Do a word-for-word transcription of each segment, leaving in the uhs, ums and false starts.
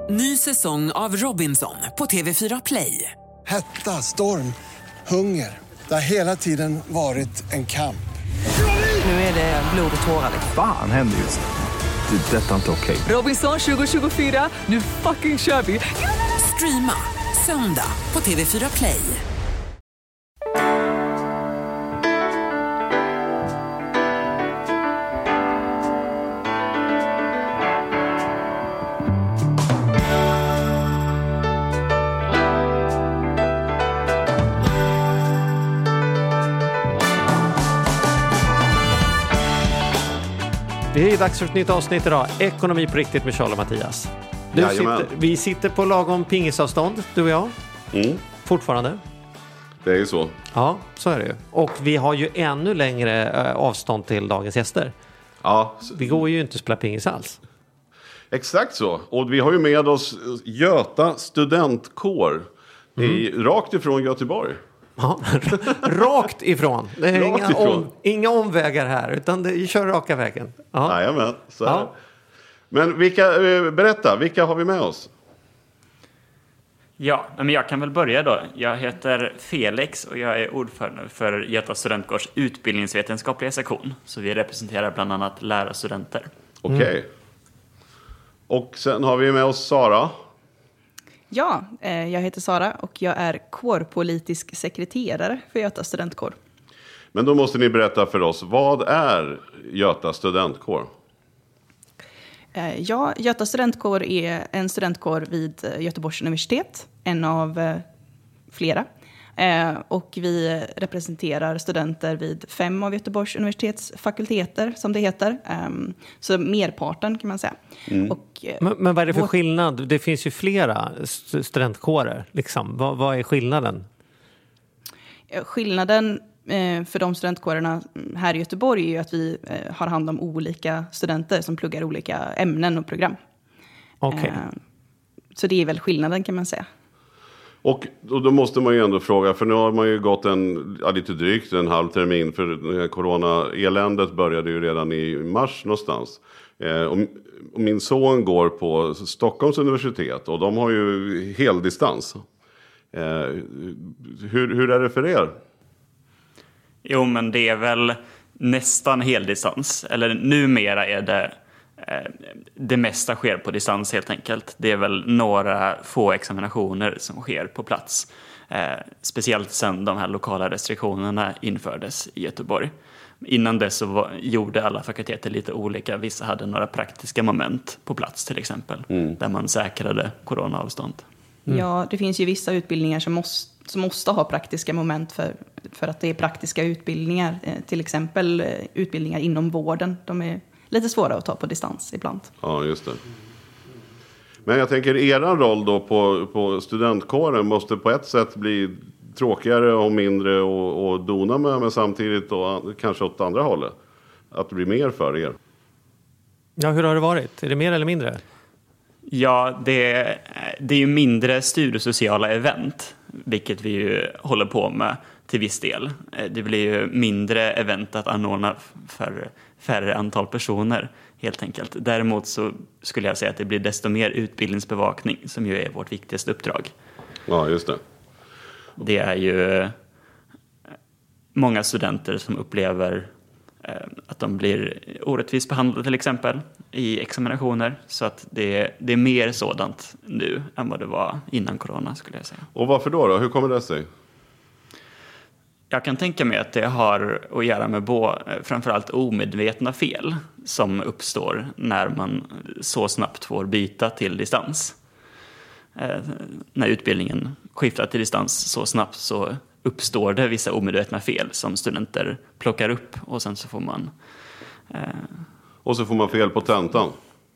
Ny säsong av Robinson på T V fyra Play. Hetta, storm, hunger. Det har hela tiden varit en kamp. Nu är det blod och tårar. Fan händer just nu. Det. Detta är inte okej. Robinson tjugo tjugofyra, nu fucking kör vi. Streama söndag på T V fyra Play. Det är dags för ett nytt avsnitt idag. Ekonomi på riktigt med Charles och Mattias. Du sitter, vi sitter på lagom pingisavstånd, du och jag. Mm. Fortfarande. Det är ju så. Ja, så är det ju. Och vi har ju ännu längre äh, avstånd till dagens gäster. Ja. Vi går ju inte att spela pingis alls. Exakt så. Och vi har ju med oss Göta studentkår. Mm. I, rakt ifrån Göteborg. Ja, rakt ifrån. Det är rakt inga, ifrån. Om, inga omvägar här, utan det, vi kör raka vägen. Ja. Jajamän, så är Ja. Men vilka, berätta, vilka har vi med oss? Ja, men jag kan väl börja då. Jag heter Felix och jag är ordförande för Göta studentkårs utbildningsvetenskapliga sektion. Så vi representerar bland annat lärarstudenter. Okej. Okay. Mm. Och sen har vi med oss Sara. Ja, jag heter Sara och jag är kårpolitisk sekreterare för Göta studentkår. Men då måste ni berätta för oss, vad är Göta studentkår? Ja, Göta studentkår är en studentkår vid Göteborgs universitet, en av flera. Och vi representerar studenter vid fem av Göteborgs universitets fakulteter, som det heter. Så merparten kan man säga. Mm. Och men, men vad är det för vår... skillnad? Det finns ju flera studentkårer. Liksom. Vad, vad är skillnaden? Skillnaden för de studentkårerna här i Göteborg är ju att vi har hand om olika studenter som pluggar olika ämnen och program. Okay. Så det är väl skillnaden, kan man säga. Och då måste man ju ändå fråga, för nu har man ju gått en, ja, lite drygt en halv termin, för corona-eländet började ju redan i mars någonstans. Eh, och, och min son går på Stockholms universitet och de har ju heldistans. Eh, hur, hur är det för er? Jo, men det är väl nästan heldistans. Eller numera är det... Det mesta sker på distans helt enkelt. Det är väl några få examinationer som sker på plats. Eh, speciellt sedan de här lokala restriktionerna infördes i Göteborg. Innan dess så var, gjorde alla fakulteter lite olika. Vissa hade några praktiska moment på plats till exempel. Mm. Där man säkrade coronaavstånd. Mm. Ja, det finns ju vissa utbildningar som måste, som måste ha praktiska moment för, för att det är praktiska utbildningar. Eh, till exempel eh, utbildningar inom vården. De är lite svåra att ta på distans ibland. Ja, just det. Men jag tänker, eran roll då på, på studentkåren måste på ett sätt bli tråkigare och mindre och, och dona med, men samtidigt då kanske åt andra hållet. Att det blir mer för er. Ja, hur har det varit? Är det mer eller mindre? Ja, det, det är ju mindre studiesociala event, vilket vi ju håller på med till viss del. Det blir ju mindre event att anordna för färre antal personer helt enkelt. Däremot så skulle jag säga att det blir desto mer utbildningsbevakning, som ju är vårt viktigaste uppdrag. Ja, just det. Det är ju många studenter som upplever att de blir orättvist behandlade till exempel i examinationer. Så att det, det är mer sådant nu än vad det var innan corona, skulle jag säga. Och varför då? då? Hur kommer det sig? Jag kan tänka mig att det har att göra med bo, framförallt omedvetna fel som uppstår när man så snabbt får byta till distans. Eh, när utbildningen skiftar till distans så snabbt så uppstår det vissa omedvetna fel som studenter plockar upp och sen så får man... Eh... Och så får man fel på tentan?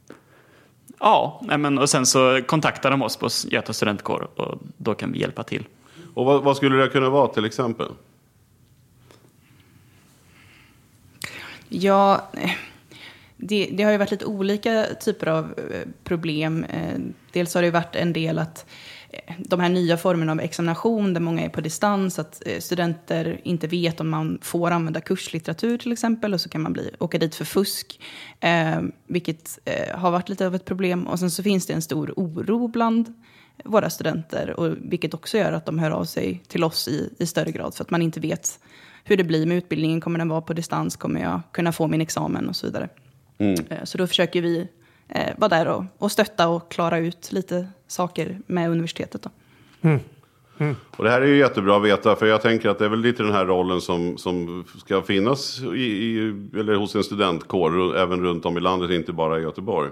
Ja, men, och sen så kontaktar de oss på Göta studentkår och då kan vi hjälpa till. Och vad, vad skulle det kunna vara till exempel? Ja, det, det har ju varit lite olika typer av problem. Dels har det ju varit en del att de här nya formerna av examination där många är på distans, att studenter inte vet om man får använda kurslitteratur till exempel, och så kan man bli, åka dit för fusk, eh, vilket eh, har varit lite av ett problem. Och sen så finns det en stor oro bland våra studenter, och vilket också gör att de hör av sig till oss i, i större grad, för att man inte vet hur det blir med utbildningen. Kommer den vara på distans? Kommer jag kunna få min examen och så vidare? Mm. Eh, så då försöker vi Eh, vara där och, och stötta och klara ut lite saker med universitetet då. Mm. Mm. Och det här är ju jättebra att veta, för jag tänker att det är väl lite den här rollen som, som ska finnas i, i, eller hos en studentkår även runt om i landet, inte bara i Göteborg.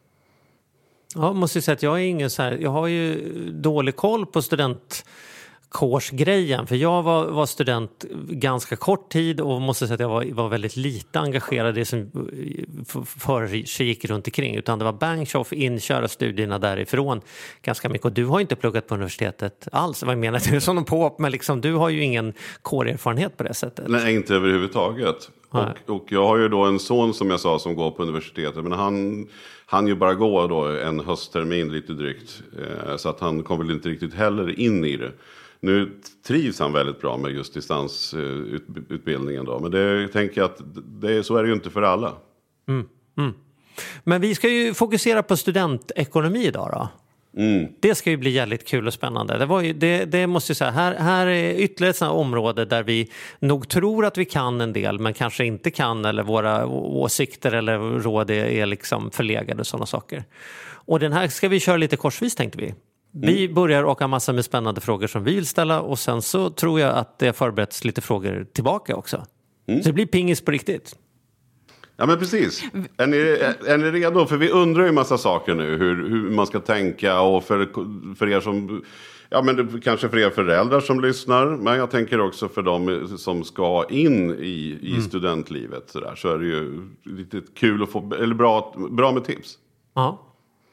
Ja, måste jag säga att jag är ingen så här, jag har ju dålig koll på student kursgrejen, för jag var, var student ganska kort tid och måste säga att jag var, var väldigt lite engagerad i det som föregick runt omkring, utan det var bang-tjoff, inköra studierna därifrån ganska mycket. Och du har inte pluggat på universitetet alls, vad jag menar, det är som på, men liksom, du har ju ingen kårerfarenhet på det sättet. Nej, inte överhuvudtaget. Och, och jag har ju då en son som jag sa som går på universitetet, men han, han ju bara gå då en hösttermin lite drygt, eh, så att han kom väl inte riktigt heller in i det. Nu trivs han väldigt bra med just distansutbildningen då. Men det tänker jag att det, så är det ju inte för alla. Mm, mm. Men vi ska ju fokusera på studentekonomi idag då. Mm. Det ska ju bli jävligt kul och spännande. Det, var ju, det, det måste jag säga, här, här är ytterligare ett sådant område där vi nog tror att vi kan en del, men kanske inte kan, eller våra åsikter eller råd är, är liksom förlegade och sådana saker. Och den här ska vi köra lite korsvis, tänkte vi. Vi börjar åka massor med spännande frågor som vi vill ställa, och sen så tror jag att det förbereds lite frågor tillbaka också. Mm. Så det blir pingis på riktigt. Ja, men precis. Är ni, är, är ni redo? För vi undrar ju massa saker nu, hur, hur man ska tänka, och för, för er som, ja men det, kanske för er föräldrar som lyssnar, men jag tänker också för dem som ska in i, i mm. studentlivet så, där, så är det ju lite kul att få, eller bra, bra med tips. Ja.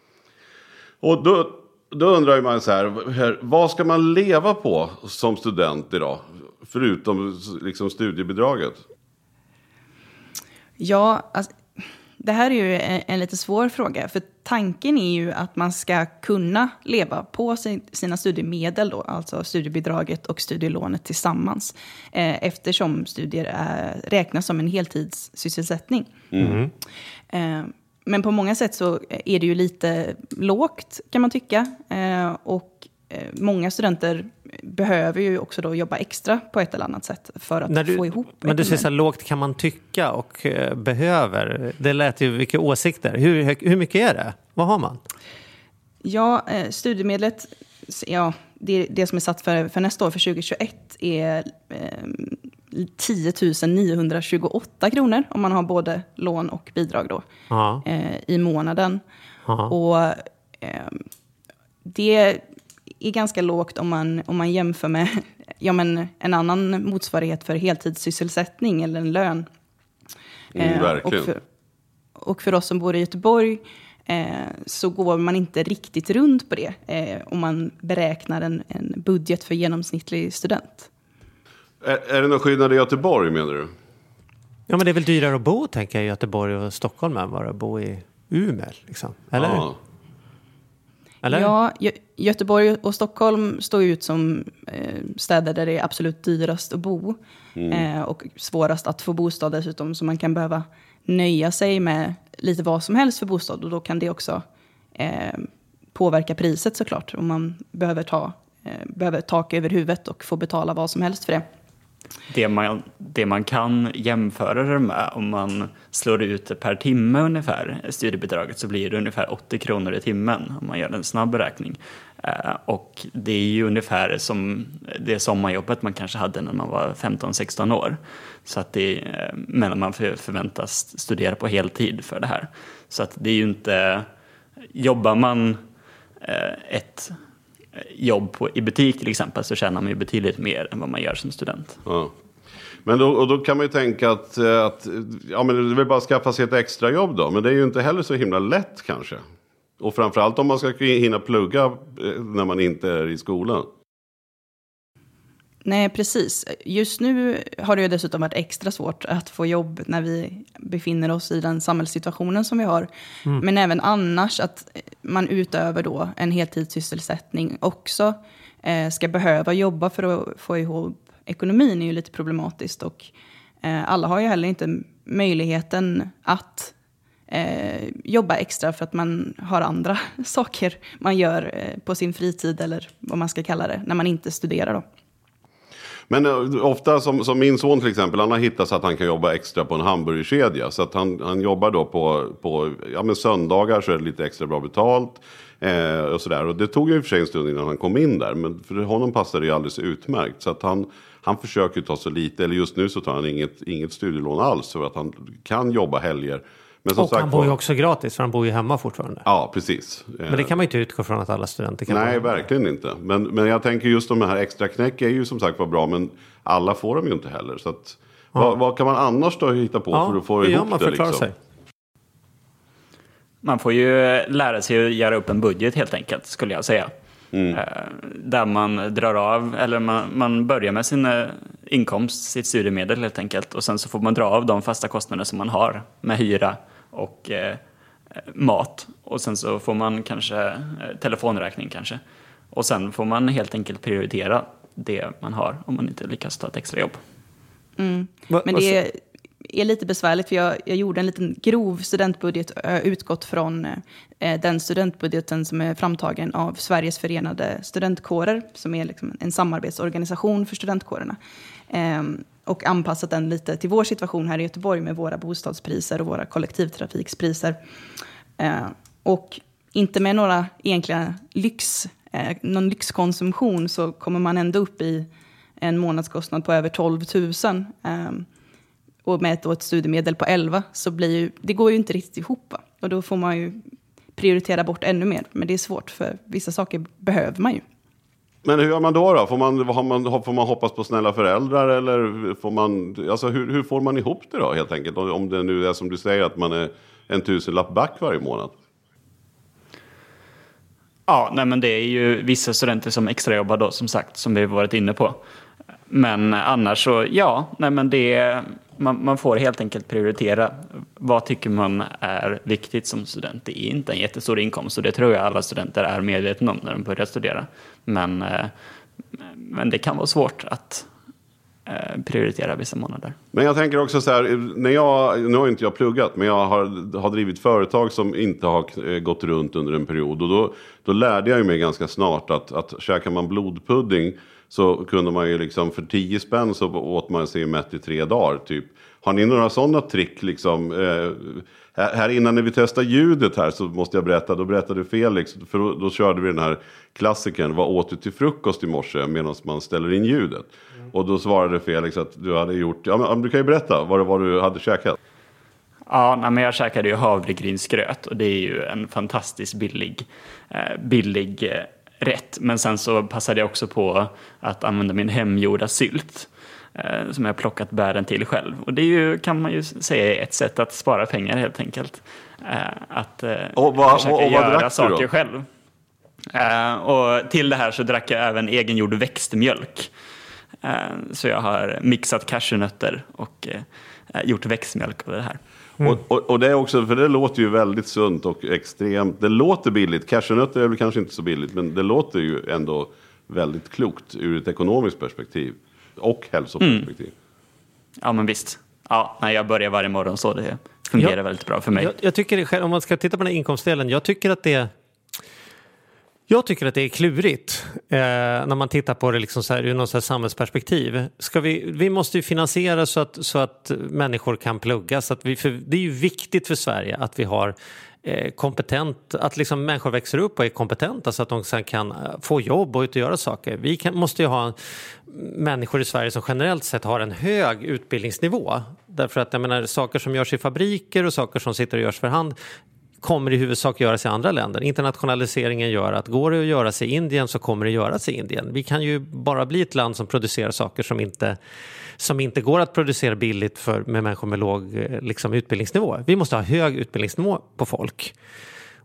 Och då Då undrar man så här, vad ska man leva på som student idag? Förutom liksom studiebidraget. Ja, alltså, det här är ju en, en lite svår fråga. För tanken är ju att man ska kunna leva på sin, sina studiemedel då, alltså studiebidraget och studielånet tillsammans. Eh, eftersom studier är, räknas som en heltidssysselsättning. Mm. Eh, Men på många sätt så är det ju lite lågt, kan man tycka. Eh, och eh, många studenter behöver ju också då jobba extra på ett eller annat sätt för att du, få ihop. Men du säger så här, lågt kan man tycka och eh, behöver. Det lät ju, vilka åsikter. Hur, hur mycket är det? Vad har man? Ja, eh, studiemedlet, ja, det, det som är satt för, för nästa år, för tjugohundratjugoett, är eh, tio tusen niohundratjugoåtta kronor om man har både lån och bidrag då, eh, i månaden. Aha. Och eh, det är ganska lågt om man, om man jämför med ja, men en annan motsvarighet för heltidssysselsättning eller en lön. Mm, eh, verkligen. Och för, och för oss som bor i Göteborg eh, så går man inte riktigt runt på det eh, om man beräknar en, en budget för genomsnittlig student. Är, är det någon skillnad i Göteborg, menar du? Ja, men det är väl dyrare att bo, tänker jag, i Göteborg och Stockholm än bara att bo i Umeå, liksom. Eller? Ja. Eller? Ja, Gö- Göteborg och Stockholm står ut som eh, städer där det är absolut dyrast att bo. Mm. Eh, och svårast att få bostad dessutom, så man kan behöva nöja sig med lite vad som helst för bostad. Och då kan det också eh, påverka priset såklart, om man behöver ta behöver tak över huvudet och få betala vad som helst för det. Det man, det man kan jämföra det med, om man slår ut det per timme ungefär, studiebidraget, så blir det ungefär åttio kronor i timmen om man gör en snabb beräkning. Eh, och det är ju ungefär som det sommarjobbet man kanske hade när man var femton sexton år. Så att det eh, men man för, förväntas studera på heltid för det här. Så att det är ju inte, jobbar man eh, ett jobb på, i butik till exempel, så tjänar man ju betydligt mer än vad man gör som student. Ja. Men då, och då kan man ju tänka att, att ja, men det vill bara skaffa sig ett extra jobb då. Men det är ju inte heller så himla lätt kanske. Och framförallt om man ska hinna plugga när man inte är i skolan. Nej, precis. Just nu har det ju dessutom varit extra svårt att få jobb när vi befinner oss i den samhällssituationen som vi har. Mm. Men även annars att man utöver då en heltidssysselsättning också eh, ska behöva jobba för att få ihop ekonomin är ju lite problematiskt. Och eh, alla har ju heller inte möjligheten att eh, jobba extra för att man har andra saker man gör eh, på sin fritid eller vad man ska kalla det när man inte studerar då. Men uh, ofta som, som min son till exempel, han har hittat så att han kan jobba extra på en hamburgerkedja. Så att han, han jobbar då på, på ja, men söndagar så är det lite extra bra betalt. Eh, och, sådär. Och det tog ju i och för sig en stund innan han kom in där. Men för honom passade det ju alldeles utmärkt. Så att han, han försöker ta så lite, eller just nu så tar han inget, inget studielån alls. Så att han kan jobba helger. Men som och sagt, han bor ju också gratis för han bor ju hemma fortfarande. Ja, precis. Men det kan man ju inte utgå från att alla studenter kan. Nej, verkligen inte. Men, men jag tänker just de här extra knäck är ju som sagt var bra. Men alla får dem ju inte heller. Så att, ja. vad, vad kan man annars då hitta på ja, för att få ihop det? Man för liksom? Sig. Man får ju lära sig att göra upp en budget helt enkelt, skulle jag säga. Mm. Där man drar av, eller man, man börjar med sin inkomst, sitt studiemedel helt enkelt. Och sen så får man dra av de fasta kostnader som man har med hyra och eh, mat. Och sen så får man kanske eh, telefonräkning kanske. Och sen får man helt enkelt prioritera det man har om man inte lyckas ta ett extra jobb. Mm. Men det är, är lite besvärligt för jag, jag gjorde en liten grov studentbudget utgått från eh, den studentbudgeten som är framtagen av Sveriges förenade studentkårer som är liksom en samarbetsorganisation för studentkårerna. Eh, och anpassat den lite till vår situation här i Göteborg med våra bostadspriser och våra kollektivtrafikspriser. Eh, och inte med några egentliga lyx, eh, någon lyxkonsumtion så kommer man ändå upp i en månadskostnad på över tolv tusen. Eh, och med ett, ett studiemedel på elva så blir ju, det går ju inte riktigt ihop. Va? Och då får man ju prioritera bort ännu mer. Men det är svårt för vissa saker behöver man ju. Men hur gör man då? då? Får, man, har man, får man hoppas på snälla föräldrar? Eller får man, alltså hur, hur får man ihop det då helt enkelt? Om det nu är som du säger att man är en tusenlapp back varje månad. Ja, nej men det är ju vissa studenter som extrajobbar då som sagt, som vi har varit inne på. Men annars så, ja, nej men det, man, man får helt enkelt prioritera. Vad tycker man är viktigt som student? Det är inte en jättestor inkomst och det tror jag alla studenter är medvetna om när de börjar studera. Men, men det kan vara svårt att prioritera vissa månader. Men jag tänker också så här, när jag, nu har inte jag pluggat, men jag har, har drivit företag som inte har gått runt under en period. Och då, då lärde jag mig ganska snart att, att käkar man blodpudding så kunde man ju liksom för tio spänn så åt man sig mätt i tre dagar typ. Har ni några sådana trick liksom? Eh, här innan när vi testar ljudet här så måste jag berätta, då berättade Felix, för då, då körde vi den här klassiken, vad åt du till frukost i morse medan man ställer in ljudet? Mm. Och då svarade Felix att du hade gjort, ja men du kan ju berätta vad det var du hade käkat. Ja, nej, men jag käkade ju havregrynsgröt och det är ju en fantastiskt billig, eh, billig eh, rätt. Men sen så passade jag också på att använda min hemgjorda sylt eh, som jag plockat bären till själv. Och det är ju, kan man ju säga, ett sätt att spara pengar helt enkelt. Eh, att eh, och vad, försöka och, och göra saker då? Själv. Eh, och till det här så drack jag även egengjord växtmjölk. Eh, så jag har mixat cashewnötter och eh, gjort växtmjölk av det här. Mm. Och, och, och det är också, för det låter ju väldigt sunt och extremt, det låter billigt, cashewnötter är väl kanske inte så billigt, men det låter ju ändå väldigt klokt ur ett ekonomiskt perspektiv och hälsoperspektiv. Mm. Ja men visst, ja, när jag börjar varje morgon så det fungerar ja, väldigt bra för mig. Jag, jag tycker, om man ska titta på den här inkomstdelen, jag tycker att det Jag tycker att det är klurigt eh, när man tittar på det liksom så här, ur något så här samhällsperspektiv. Ska vi, vi måste ju finansiera så att, så att människor kan plugga. Så att vi, för det är ju viktigt för Sverige att vi har eh, kompetent, att liksom människor växer upp och är kompetenta så att de sen kan få jobb och ut och göra saker. Vi kan, måste ju ha människor i Sverige som generellt sett har en hög utbildningsnivå. Därför att jag menar, saker som görs i fabriker och saker som sitter och görs för hand kommer i huvudsak göras i andra länder. Internationaliseringen gör att går det att göra sig i Indien så kommer det göras i Indien. Vi kan ju bara bli ett land som producerar saker som inte, som inte går att producera billigt för, med människor med låg liksom, utbildningsnivå. Vi måste ha hög utbildningsnivå på folk.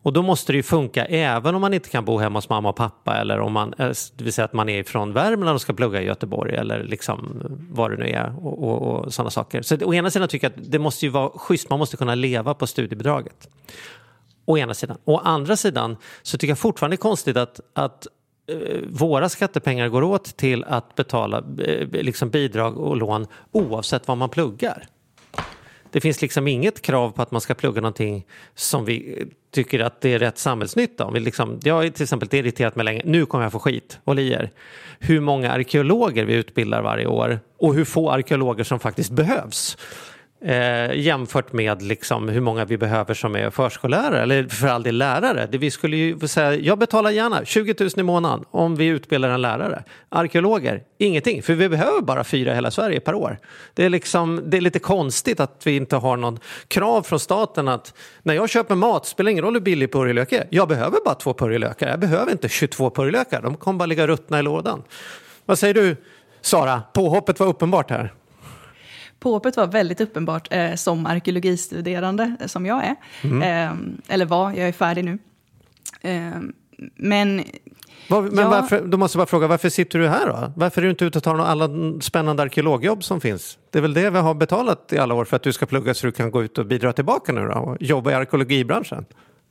Och då måste det ju funka även om man inte kan bo hemma hos mamma och pappa, eller om man, det vill säga att man är från Värmland och ska plugga i Göteborg eller liksom vad det nu är och, och, och sådana saker. Så å ena sidan tycker jag att det måste ju vara schysst, man måste kunna leva på studiebidraget. Å ena sidan. Å andra sidan så tycker jag fortfarande det är konstigt att, att eh, våra skattepengar går åt till att betala eh, liksom bidrag och lån oavsett vad man pluggar. Det finns liksom inget krav på att man ska plugga någonting som vi tycker att det är rätt samhällsnytta. Om vi liksom, jag har till exempel irriterat mig länge, nu kommer jag få skit och lier. Hur många arkeologer vi utbildar varje år och hur få arkeologer som faktiskt behövs. Eh, jämfört med liksom hur många vi behöver som är förskollärare eller för all del lärare. Det vi skulle ju säga, jag betalar gärna tjugo tusen i månaden om vi utbildar en lärare. Arkeologer, ingenting, för vi behöver bara fyra i hela Sverige per år. Det är, liksom, det är lite konstigt att vi inte har någon krav från staten att när jag köper mat, spelar ingen roll hur billig purjolök är. Jag behöver bara två purjolökar, jag behöver inte tjugotvå purjolökar. De kommer bara ligga ruttna i lådan. Vad säger du, Sara? Påhoppet var uppenbart här. Påhoppet var väldigt uppenbart eh, som arkeologistuderande eh, som jag är. Mm. Eh, eller var, jag är färdig nu. Eh, men Var, men jag, varför, då måste jag bara fråga, varför sitter du här då? Varför är du inte ute och tar alla spännande arkeologjobb som finns? Det är väl det vi har betalat i alla år för att du ska plugga så du kan gå ut och bidra tillbaka nu då och jobba i arkeologibranschen.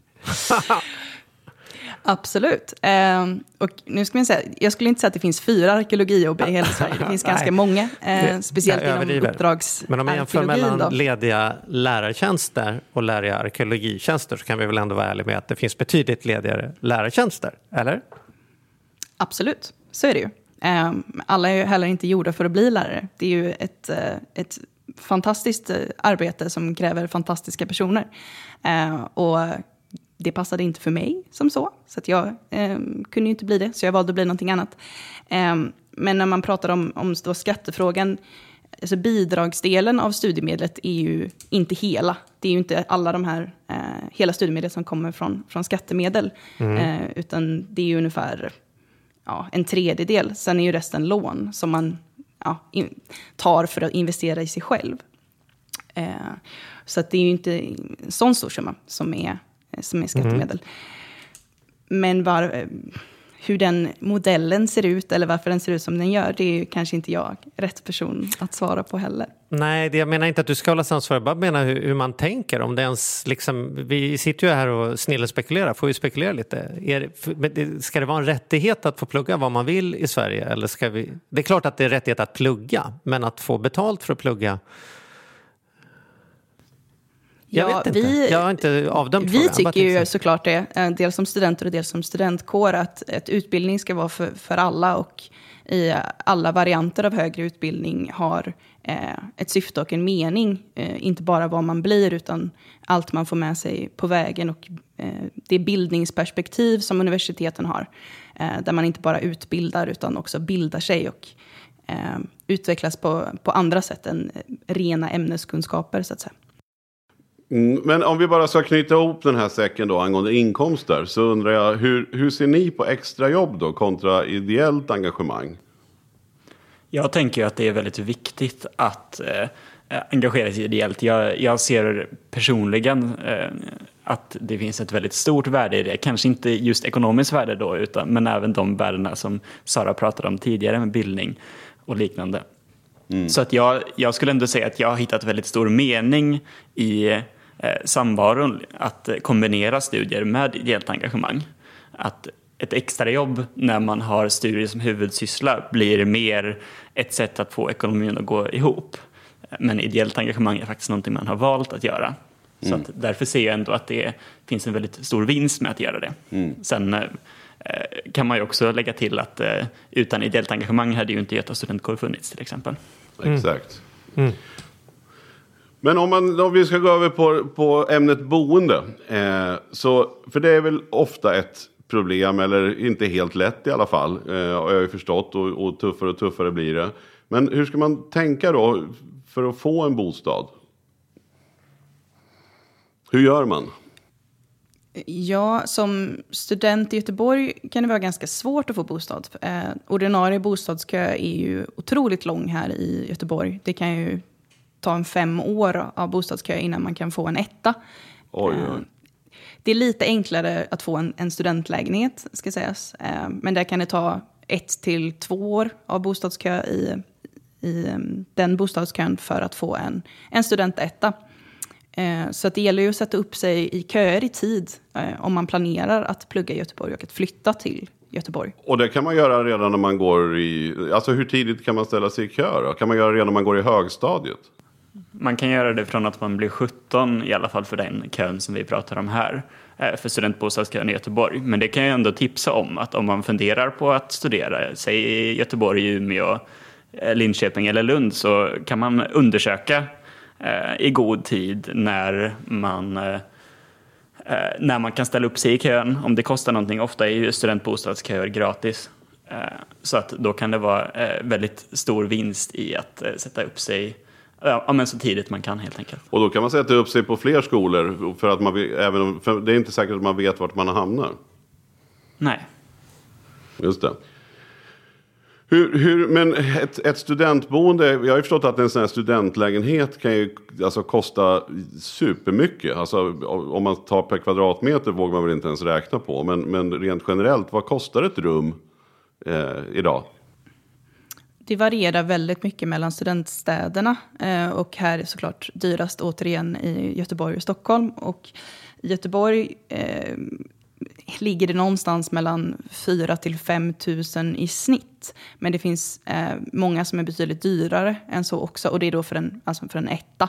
Absolut. Eh, och nu ska man säga, jag skulle inte säga att det finns fyra arkeologijobb i hela Sverige. Det finns ganska många, eh, speciellt inom uppdragsarkeologi. Men om man jämför mellan då. lediga lärartjänster och lediga arkeologitjänster så kan vi väl ändå vara ärliga med att det finns betydligt ledigare lärartjänster, eller? Absolut, så är det ju. Eh, alla är ju heller inte gjorda för att bli lärare. Det är ju ett, ett fantastiskt arbete som kräver fantastiska personer. Eh, och det passade inte för mig som så. Så att jag eh, kunde ju inte bli det. Så jag valde att bli någonting annat. Eh, men när man pratar om, om då skattefrågan. Alltså bidragsdelen av studiemedlet är ju inte hela. Det är ju inte alla de här, eh, hela studiemedlet som kommer från, från skattemedel. Mm. Eh, utan det är ju ungefär ja, en tredjedel. Sen är ju resten lån som man ja, in, tar för att investera i sig själv. Eh, så att det är ju inte en sån stor summa som är som är skattemedel. Mm. Men var, hur den modellen ser ut eller varför den ser ut som den gör, det är ju kanske inte jag rätt person att svara på heller. Nej, det, jag menar inte att du ska hålla ansvar, jag bara menar hur, hur man tänker. Om det ens, liksom, vi sitter ju här och snillespekulerar, får vi spekulera lite. Är, ska det vara en rättighet att få plugga vad man vill i Sverige? Eller ska vi, det är klart att det är rättighet att plugga, men att få betalt för att plugga. Jag ja, vet inte. Vi, jag har inte avdömt vi frågan. Tycker ju såklart det, dels som studenter och dels som studentkår, att ett utbildning ska vara för, för alla och i alla varianter av högre utbildning har eh, ett syfte och en mening. Eh, inte bara vad man blir utan allt man får med sig på vägen och eh, det bildningsperspektiv som universiteten har. Eh, där man inte bara utbildar utan också bildar sig och eh, utvecklas på, på andra sätt än rena ämneskunskaper så att säga. Mm, men om vi bara ska knyta ihop den här säcken då angående inkomster så undrar jag hur, hur ser ni på extrajobb då kontra ideellt engagemang? Jag tänker att det är väldigt viktigt att eh, engagera sig ideellt. Jag, jag ser personligen eh, att det finns ett väldigt stort värde i det. Kanske inte just ekonomiskt värde då utan, men även de värdena som Sara pratade om tidigare med bildning och liknande. Mm. Så att jag, jag skulle ändå säga att jag har hittat väldigt stor mening i eh, samvaron att kombinera studier med ideellt engagemang. Att ett extra jobb när man har studier som huvudsyssla blir mer ett sätt att få ekonomin att gå ihop. Men ideellt engagemang är faktiskt någonting man har valt att göra. Mm. Så att därför ser jag ändå att det finns en väldigt stor vinst med att göra det. Mm. Sen eh, kan man ju också lägga till att eh, utan ideellt engagemang hade ju inte Göta studentkår funnits till exempel. Mm. Exakt. Mm. Men om, man, om vi ska gå över på, på ämnet boende. Eh, så, för det är väl ofta ett problem, eller inte helt lätt i alla fall. Eh, jag har ju förstått och, och tuffare och tuffare blir det. Men hur ska man tänka då för att få en bostad? Hur gör man? Ja, som student i Göteborg kan det vara ganska svårt att få bostad. Eh, ordinarie bostadskö är ju otroligt lång här i Göteborg. Det kan ju ta en fem år av bostadskö innan man kan få en etta. Oj, oj. Eh, det är lite enklare att få en, en studentlägenhet, ska sägas. Eh, men där kan det ta ett till två år av bostadskö i, i um, den bostadskön för att få en, en studentetta. Eh, så att det gäller ju att sätta upp sig i köer i tid eh, om man planerar att plugga i Göteborg och att flytta till Göteborg. Och det kan man göra redan när man går i... Alltså hur tidigt kan man ställa sig i kö då? Kan man göra det redan när man går i högstadiet? Man kan göra det från att man blir sjutton, i alla fall för den kön som vi pratar om här, för studentbostadskön i Göteborg. Men det kan jag ändå tipsa om, att om man funderar på att studera, säg i Göteborg, Umeå, Linköping eller Lund, så kan man undersöka eh, i god tid när man, eh, när man kan ställa upp sig i kön, om det kostar någonting. Ofta är ju studentbostadsköer gratis. Eh, så att då kan det vara eh, väldigt stor vinst i att eh, sätta upp sig ja, men så tidigt man kan, helt enkelt. Och då kan man sätta upp sig på fler skolor, för att man vill, även om, för det är inte säkert att man vet vart man hamnar. Nej. Just det. Hur, hur, men ett, ett studentboende, jag har ju förstått att en sån här studentlägenhet kan ju alltså kosta supermycket. Alltså om man tar per kvadratmeter vågar man väl inte ens räkna på. Men, men rent generellt, vad kostar ett rum eh, idag? Det varierar väldigt mycket mellan studentstäderna eh, och här är såklart dyrast återigen i Göteborg och Stockholm. Och i Göteborg eh, ligger det någonstans mellan fyra till fem tusen i snitt. Men det finns eh, många som är betydligt dyrare än så också. Och det är då för en, alltså för en etta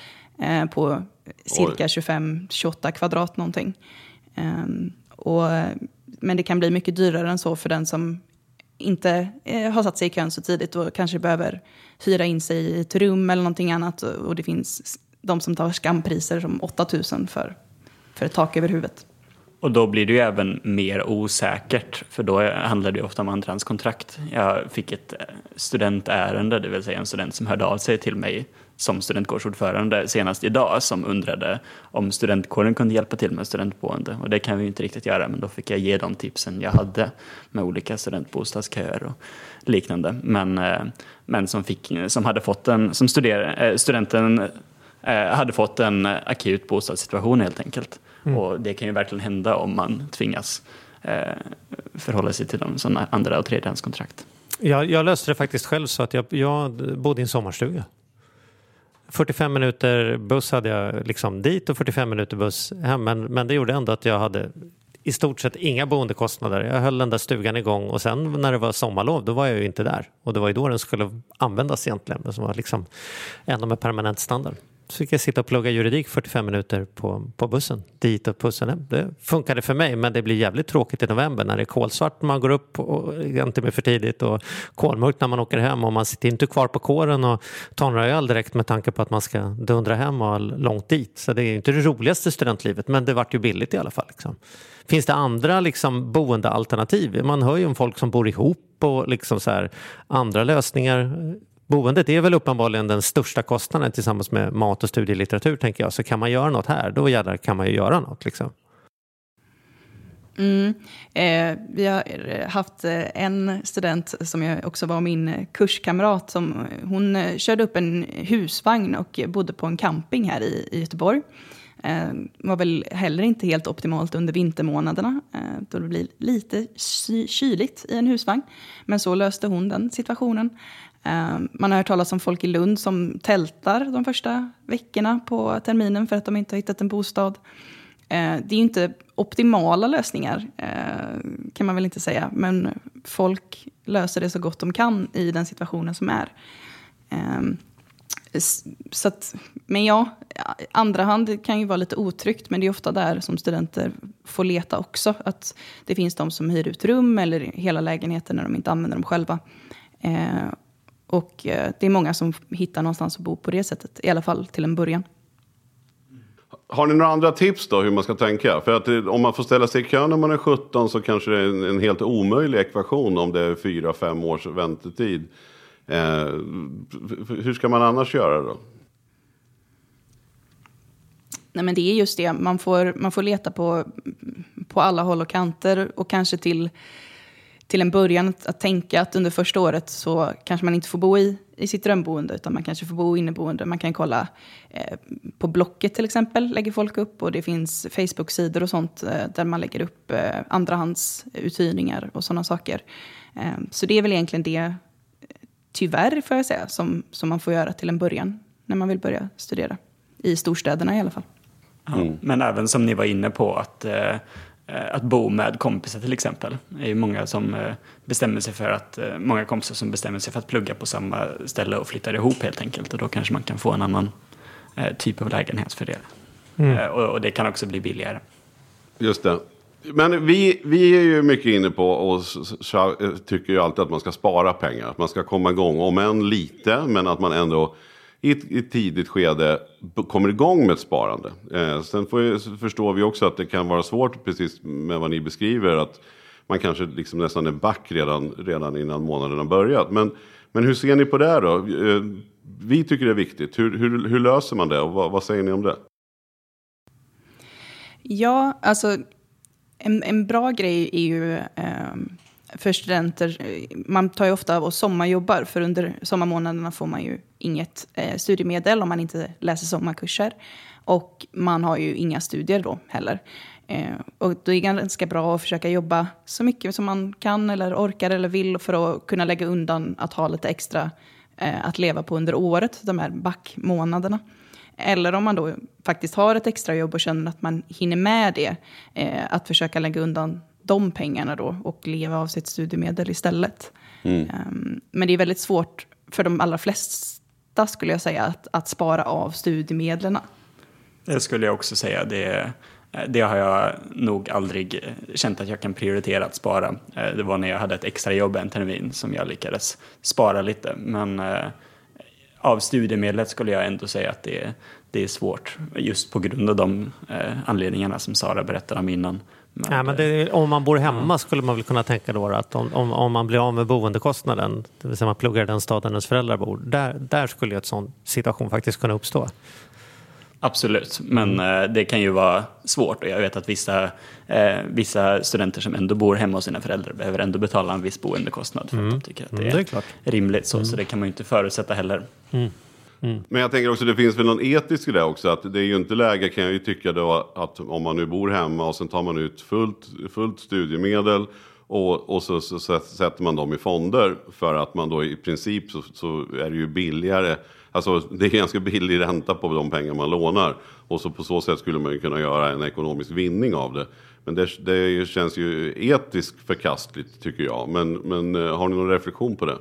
eh, på cirka tjugofem till tjugoåtta kvadrat någonting. Eh, och, men det kan bli mycket dyrare än så för den som inte eh, har satt sig i kön så tidigt och kanske behöver hyra in sig i ett rum eller någonting annat. Och det finns de som tar skampriser som åtta tusen för, för ett tak över huvudet. Och då blir det ju även mer osäkert, för då handlar det ju ofta om andrahandskontrakt. Jag fick ett studentärende, det vill säga en student som hörde av sig till mig som studentkårsordförande senast idag, som undrade om studentkåren kunde hjälpa till med studentboende. Och det kan vi ju inte riktigt göra, men då fick jag ge de tipsen jag hade med olika studentbostadsköer och liknande. Men, men som, fick, som hade fått en, som studer, studenten hade fått en akut bostadssituation helt enkelt. Mm. Och det kan ju verkligen hända om man tvingas eh, förhålla sig till de sådana andra och tredjehandskontrakt. Jag, jag löste det faktiskt själv så att jag, jag bodde i en sommarstuga. fyrtiofem minuter buss hade jag liksom dit och fyrtiofem minuter buss hem. Men, men det gjorde ändå att jag hade i stort sett inga boendekostnader. Jag höll den där stugan igång och sen när det var sommarlov då var jag ju inte där. Och det var ju då den skulle användas egentligen. Det som var liksom ändå med permanent standard. Så fick jag sitta och plugga juridik fyrtiofem minuter på, på bussen. Dit och bussen hem. Det funkade för mig, men det blir jävligt tråkigt i november när det är kolsvart när man går upp och inte mer för tidigt och kolmörkt när man åker hem och man sitter inte kvar på kåren och tar några öl direkt med tanke på att man ska dundra hem och långt dit. Så det är inte det roligaste studentlivet, men det vart ju billigt i alla fall. Liksom. Finns det andra liksom, boendealternativ? Man hör ju om folk som bor ihop och liksom så här, andra lösningar. Boendet är väl uppenbarligen den största kostnaden tillsammans med mat och studielitteratur, tänker jag. Så kan man göra något här, då jävlar kan man ju göra något. Liksom. Mm. Eh, vi har haft en student som jag också var min kurskamrat. Som, hon körde upp en husvagn och bodde på en camping här i, i Göteborg. Eh, var väl heller inte helt optimalt under vintermånaderna. Eh, då det blir lite ky- kyligt i en husvagn. Men så löste hon den situationen. Uh, man har hört talas om folk i Lund som tältar de första veckorna på terminen för att de inte har hittat en bostad. Uh, det är ju inte optimala lösningar uh, kan man väl inte säga. Men folk löser det så gott de kan i den situationen som är. Uh, så att, men ja, andra hand kan ju vara lite otryggt, men det är ofta där som studenter får leta också. Att det finns de som hyr ut rum eller hela lägenheten när de inte använder dem själva. Uh, Och det är många som hittar någonstans att bo på det sättet. I alla fall till en början. Har ni några andra tips då hur man ska tänka? För att om man får ställa sig i kön när man är sjutton så kanske det är en, en helt omöjlig ekvation om det är fyra, fem års väntetid. Eh, hur ska man annars göra då? Nej, men det är just det. Man får, man får leta på, på alla håll och kanter och kanske till... till en början att, att tänka att under första året så kanske man inte får bo i, i sitt drömboende, utan man kanske får bo inneboende. Man kan kolla eh, på Blocket till exempel, lägger folk upp, och det finns Facebook-sidor och sånt eh, där man lägger upp eh, andrahandsuthyrningar och sådana saker. Eh, så det är väl egentligen det, tyvärr får jag säga, som, som man får göra till en början när man vill börja studera. I storstäderna i alla fall. Mm. Ja, men även som ni var inne på att... Eh, Att bo med kompisar till exempel. Det är ju många som bestämmer sig för att många kompisar som bestämmer sig för att plugga på samma ställe och flyttar ihop helt enkelt. Och då kanske man kan få en annan typ av lägenhet för det. Mm. Och, och det kan också bli billigare. Just det. Men vi, vi är ju mycket inne på och tycker ju alltid att man ska spara pengar. Att man ska komma igång, om än lite, men att man ändå i ett, i ett tidigt skede kommer igång med ett sparande. Eh, sen får jag, förstår vi också att det kan vara svårt, precis med vad ni beskriver, att man kanske liksom nästan är back redan, redan innan månaden har börjat. Men, men hur ser ni på det då? Eh, vi tycker det är viktigt. Hur, hur, hur löser man det och vad, vad säger ni om det? Ja, alltså en, en bra grej är ju... Eh, för studenter, man tar ju ofta av och sommarjobbar, för under sommarmånaderna får man ju inget eh, studiemedel om man inte läser sommarkurser, och man har ju inga studier då heller. Eh, och det är ganska bra att försöka jobba så mycket som man kan eller orkar eller vill för att kunna lägga undan att ha lite extra eh, att leva på under året, de här backmånaderna. Eller om man då faktiskt har ett extra jobb och känner att man hinner med det, eh, att försöka lägga undan de pengarna då och leva av sitt studiemedel istället. Mm. Um, men det är väldigt svårt för de allra flesta, skulle jag säga, att, att spara av studiemedlen. Det skulle jag också säga. Det, det har jag nog aldrig känt att jag kan prioritera att spara. Det var när jag hade ett extra jobb en termin som jag lyckades spara lite. Men uh, av studiemedlet skulle jag ändå säga att det, det är svårt. Just på grund av de uh, anledningarna som Sara berättade om innan. Men, ja, men det, om man bor hemma skulle man väl kunna tänka då att om, om, om man blir av med boendekostnaden, det vill säga man pluggar den staden ens föräldrar bor, där, där skulle ju ett sån situation faktiskt kunna uppstå. Absolut, men mm. det kan ju vara svårt, och jag vet att vissa, eh, vissa studenter som ändå bor hemma hos sina föräldrar behöver ändå betala en viss boendekostnad för mm. att de tycker att det är, mm, det är rimligt så, mm. så det kan man ju inte förutsätta heller. Mm. Mm. Men jag tänker också, det finns väl någon etisk i det också, att det är ju inte läge, kan jag ju tycka då, att om man nu bor hemma och sen tar man ut fullt, fullt studiemedel och, och så, så sätter man dem i fonder, för att man då i princip så, så är det ju billigare, alltså det är ganska billig ränta på de pengar man lånar, och så på så sätt skulle man ju kunna göra en ekonomisk vinning av det. Men det, det känns ju etiskt förkastligt, tycker jag. Men, men har ni någon reflektion på det?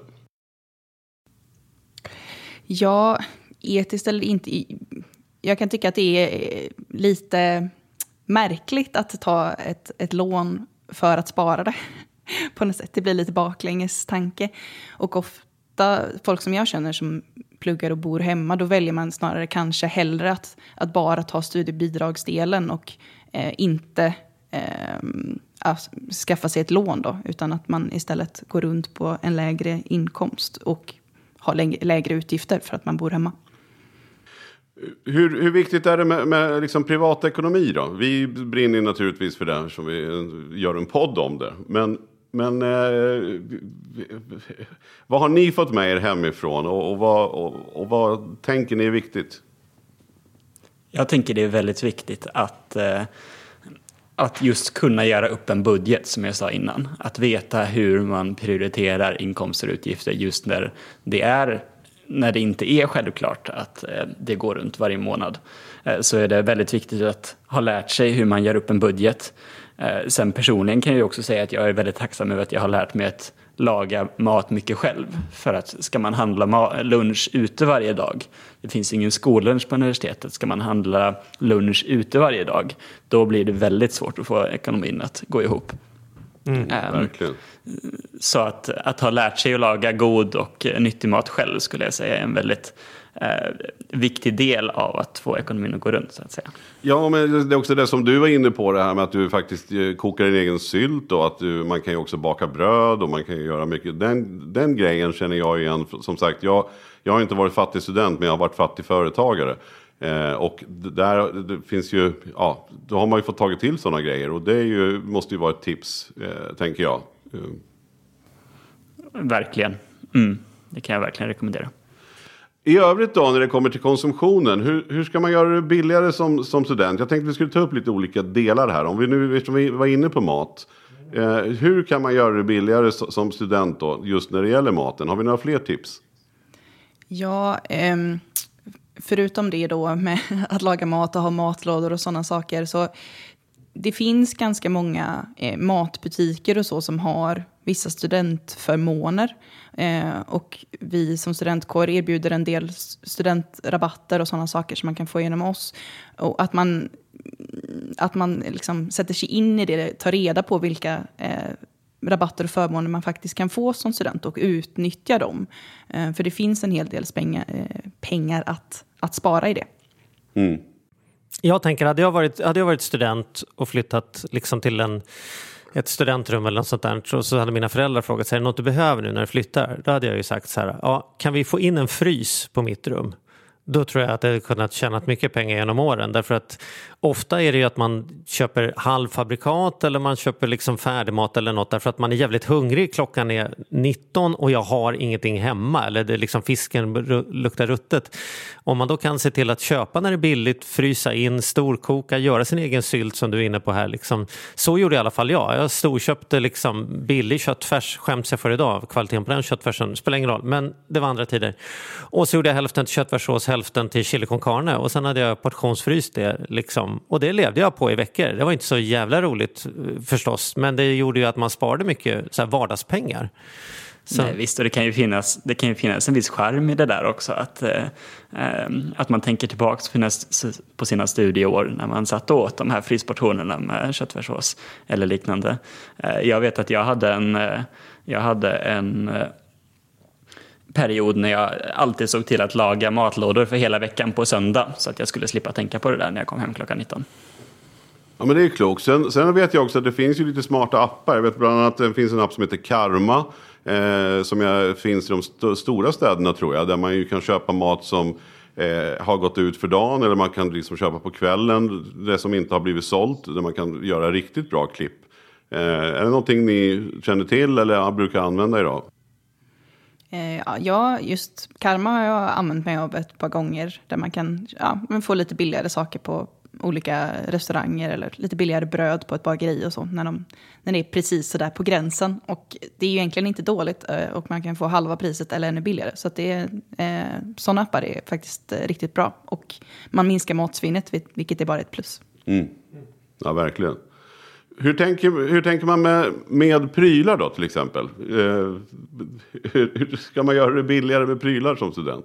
Ja, etiskt eller inte. Jag kan tycka att det är lite märkligt att ta ett, ett lån för att spara det. På något sätt. Det blir lite baklänges tanke. Och ofta folk som jag känner som pluggar och bor hemma, då väljer man snarare kanske hellre att, att bara ta studiebidragsdelen och eh, inte eh, skaffa sig ett lån då, utan att man istället går runt på en lägre inkomst och har lägre utgifter för att man bor hemma. Hur, hur viktigt är det med, med liksom privatekonomi då? Vi brinner naturligtvis för det här, som vi gör en podd om det. Men, men eh, vad har ni fått med er hemifrån och, och, vad, och, och vad tänker ni är viktigt? Jag tänker det är väldigt viktigt att... Eh, Att just kunna göra upp en budget, som jag sa innan. Att veta hur man prioriterar inkomster och utgifter just när det, är, när det inte är självklart att det går runt varje månad. Så är det väldigt viktigt att ha lärt sig hur man gör upp en budget. Sen personligen kan jag också säga att jag är väldigt tacksam över att jag har lärt mig att laga mat mycket själv. För att ska man handla ma- lunch ute varje dag, det finns ingen skollunch på universitetet, ska man handla lunch ute varje dag, då blir det väldigt svårt att få ekonomin att gå ihop. Mm, um, verkligen. Så att, att ha lärt sig att laga god och nyttig mat själv skulle jag säga är en väldigt eh, viktig del av att få ekonomin att gå runt, så att säga. Ja, men det är också det som du var inne på, det här med att du faktiskt kokar din egen sylt och att du, man kan ju också baka bröd och man kan ju göra mycket. Den, den grejen känner jag igen. Som sagt, jag, jag har inte varit fattig student, men jag har varit fattig företagare. Eh, och där det finns ju, ja, då har man ju fått tagit till sådana grejer, och det är ju, måste ju vara ett tips, eh, tänker jag. Verkligen. Mm. Det kan jag verkligen rekommendera. I övrigt då, när det kommer till konsumtionen, hur, hur ska man göra det billigare som, som student? Jag tänkte vi skulle ta upp lite olika delar här. Om vi nu eftersom vi var inne på mat, eh, hur kan man göra det billigare som student då, just när det gäller maten? Har vi några fler tips? Ja, ehm, förutom det då med att laga mat och ha matlådor och sådana saker, så det finns ganska många eh, matbutiker och så som har vissa studentförmåner. Eh, och vi som studentkår erbjuder en del studentrabatter och sådana saker som man kan få genom oss. Och att man, att man liksom sätter sig in i det, tar reda på vilka eh, rabatter och förmåner man faktiskt kan få som student och utnyttja dem. Eh, för det finns en hel del pengar, eh, pengar att, att spara i det. Mm. Jag tänker, hade jag varit, hade jag varit student och flyttat liksom till en, ett studentrum eller något sånt där, och så hade mina föräldrar frågat sig, är det något du behöver nu när du flyttar? Då hade jag ju sagt så här, ja, kan vi få in en frys på mitt rum? Då tror jag att jag hade kunnat tjäna mycket pengar genom åren. Därför att ofta är det ju att man köper halvfabrikat eller man köper liksom färdigmat eller något. Därför att man är jävligt hungrig. Klockan är nitton och jag har ingenting hemma. Eller det är liksom fisken luktar ruttet. Om man då kan se till att köpa när det är billigt, frysa in, storkoka, göra sin egen sylt som du är inne på här. Liksom. Så gjorde i alla fall jag. Jag storköpte liksom billig köttfärs, skäms jag för idag. Kvaliteten på den köttfärsen spelar ingen roll. Men det var andra tider. Och så gjorde jag hälften till köttfärssås, hälften till chili con carne. Och sen hade jag portionsfryst det liksom. Och det levde jag på i veckor. Det var inte så jävla roligt förstås. Men det gjorde ju att man sparade mycket så här vardagspengar. Så. Nej, visst, och det kan ju finnas, det kan ju finnas en viss charm i det där också. Att, eh, att man tänker tillbaka på sina studieår när man satt åt de här frysportionerna med köttfärssås eller liknande. Eh, jag vet att jag hade en... Jag hade en period när jag alltid såg till att laga matlådor för hela veckan på söndag så att jag skulle slippa tänka på det där när jag kom hem klockan nitton. Ja, men det är klokt. Sen, sen vet jag också att det finns ju lite smarta appar. Jag vet bland annat att det finns en app som heter Karma eh, som jag, finns i de st- stora städerna tror jag, där man ju kan köpa mat som eh, har gått ut för dagen eller man kan liksom köpa på kvällen det som inte har blivit sålt, där man kan göra riktigt bra klipp. Eh, är det någonting ni känner till eller brukar använda idag? Ja, just Karma har jag använt mig av ett par gånger där man kan ja, få lite billigare saker på olika restauranger eller lite billigare bröd på ett bageri och så när, de, när det är precis så där på gränsen. Och det är ju egentligen inte dåligt och man kan få halva priset eller ännu billigare. Så att det är, eh, sådana appar är faktiskt riktigt bra och man minskar matsvinnet, vilket är bara ett plus. Mm. Ja, verkligen. Hur tänker, hur tänker man med, med prylar då till exempel? Eh, hur, hur ska man göra det billigare med prylar som student?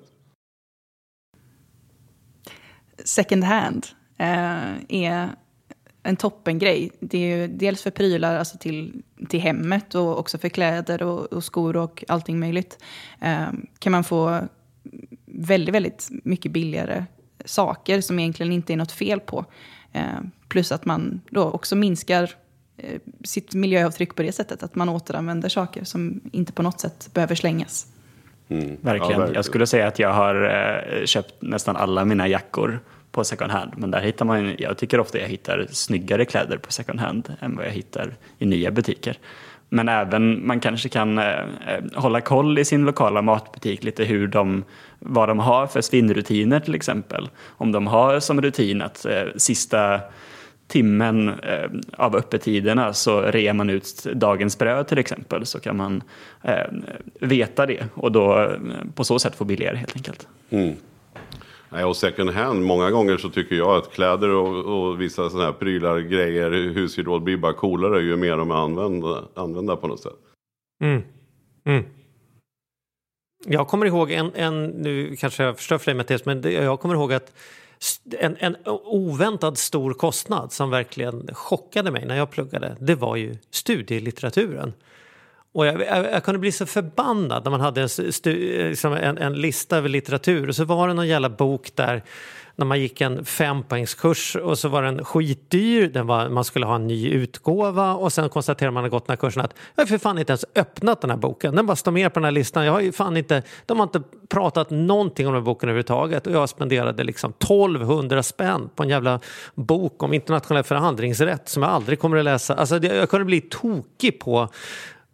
Second hand eh, är en toppengrej. Det är ju dels för prylar alltså till, till hemmet och också för kläder och, och skor och allting möjligt. Eh, kan man få väldigt, väldigt mycket billigare saker som egentligen inte är något fel på. Eh, plus att man då också minskar sitt miljöavtryck på det sättet att man återanvänder saker som inte på något sätt behöver slängas. Mm. Verkligen. Ja, verkligen. Jag skulle säga att jag har eh, köpt nästan alla mina jackor på second hand, men där hittar man, jag tycker ofta jag hittar snyggare kläder på second hand än vad jag hittar i nya butiker. Men även man kanske kan eh, hålla koll i sin lokala matbutik lite hur de, vad de har för svinnrutiner till exempel. Om de har som rutin att eh, sista timmen eh, av öppettiderna så rear man ut dagens bröd till exempel, så kan man eh, veta det och då eh, på så sätt få billigare helt enkelt. Mm. Nej, och second hand, många gånger så tycker jag att kläder och, och vissa sådana här prylar, grejer, husgeråd blir bara coolare ju mer de är använda, använda på något sätt. Mm. Mm. Jag kommer ihåg en, en nu kanske jag förstör för dig Mattias, men det, jag kommer ihåg att En, en oväntad stor kostnad som verkligen chockade mig när jag pluggade, det var ju studielitteraturen. Och jag, jag, jag kunde bli så förbannad när man hade en, stu, liksom en, en lista över litteratur och så var det någon jävla bok där när man gick en fempoängskurs och så var den skitdyr, den var, man skulle ha en ny utgåva och sen konstaterar man har gått den här kursen att jag har för fan inte ens öppnat den här boken, den bara står med på den här listan, jag har ju fan inte, de har inte pratat någonting om den här boken överhuvudtaget och jag spenderade liksom tolvhundra spänn på en jävla bok om internationell förhandlingsrätt som jag aldrig kommer att läsa. Alltså det, jag kunde bli tokig på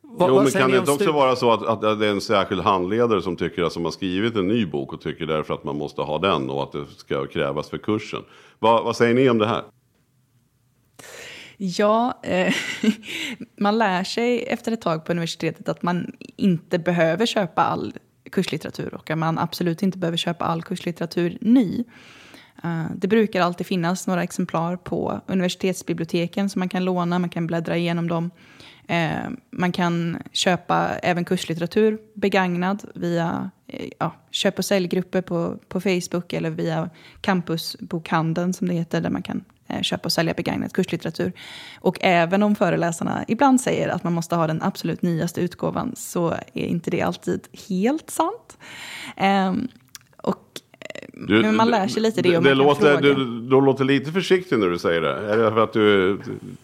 Jo, men kan det inte också vara så att, att det är en särskild handledare som tycker att som har skrivit en ny bok och tycker därför att man måste ha den och att det ska krävas för kursen? Va, vad säger ni om det här? Ja, eh, man lär sig efter ett tag på universitetet att man inte behöver köpa all kurslitteratur och att man absolut inte behöver köpa all kurslitteratur ny. Uh, det brukar alltid finnas några exemplar på universitetsbiblioteken som man kan låna, man kan bläddra igenom dem. Uh, man kan köpa även kurslitteratur begagnad via uh, ja, köp- och säljgrupper på, på Facebook eller via campusbokhandeln som det heter, där man kan uh, köpa och sälja begagnad kurslitteratur. Och även om föreläsarna ibland säger att man måste ha den absolut nyaste utgåvan så är inte det alltid helt sant. Um, och Du, men man lär sig lite det om det man kan låter, fråga. du, du låter lite försiktig när du säger det. Är det för att du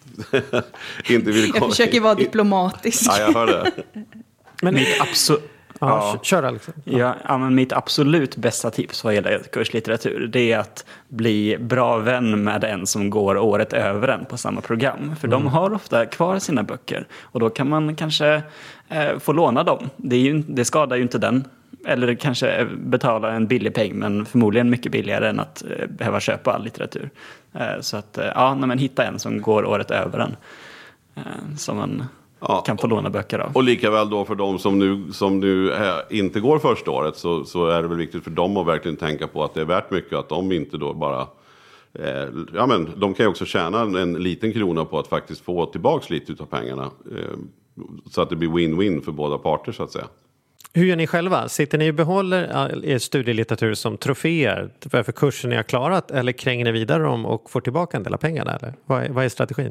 inte vill komma? Jag försöker vara diplomatisk. Ja, jag hör det. Men mitt absolut... Ja, Ja. kör Alex. Ja. Ja, ja, men mitt absolut bästa tips vad gäller kurslitteratur, det är att bli bra vän med en som går året över en på samma program. För mm. de har ofta kvar sina böcker och då kan man kanske eh, få låna dem. Det, är ju, det skadar ju inte den. Eller kanske betala en billig peng, men förmodligen mycket billigare än att eh, behöva köpa all litteratur. Eh, så att, eh, ja, när man hittar en som går året över en. Eh, som man ja, kan få låna böcker av. Och lika väl då för de som nu, som nu eh, inte går första året så, så är det väl viktigt för dem att verkligen tänka på att det är värt mycket. Att de inte då bara... Eh, ja, men de kan ju också tjäna en, en liten krona på att faktiskt få tillbaka lite av pengarna. Eh, så att det blir win-win för båda parter så att säga. Hur gör ni själva? Sitter ni och behåller er studielitteratur som troféer för kursen ni har klarat eller kränger ni vidare dem och får tillbaka en del av pengarna? Eller? Vad är, vad är strategin?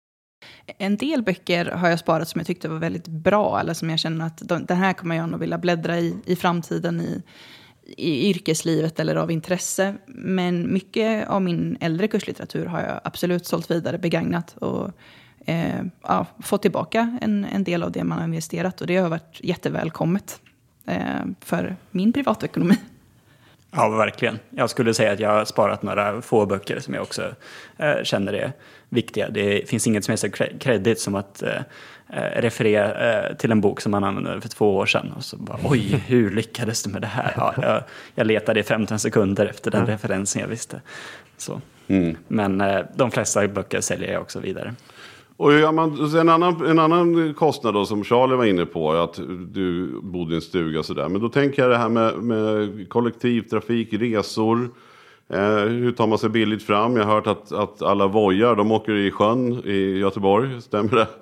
En del böcker har jag sparat som jag tyckte var väldigt bra eller som jag känner att de, den här kommer jag nog vilja bläddra i i framtiden i, i yrkeslivet eller av intresse. Men mycket av min äldre kurslitteratur har jag absolut sålt vidare, begagnat och eh, ja, fått tillbaka en, en del av det man har investerat och det har varit jättevälkommet eh, för min privatekonomi. Ja, verkligen. Jag skulle säga att jag har sparat några få böcker som jag också eh, känner är viktiga. Det finns inget som heter credit som att eh, referera eh, till en bok som man använde för två år sedan. Och så bara, oj, hur lyckades du med det här? Ja, jag, jag letade i femton sekunder efter den mm. referensen jag visste. Så. Mm. Men eh, de flesta böcker säljer jag också vidare. Och ja, man, en, annan, en annan kostnad då, som Charlie var inne på, att du bodde i en stuga sådär. Men då tänker jag det här med, med kollektivtrafik, resor. Eh, hur tar man sig billigt fram? Jag har hört att, att alla vojar, de åker i sjön i Göteborg, stämmer det?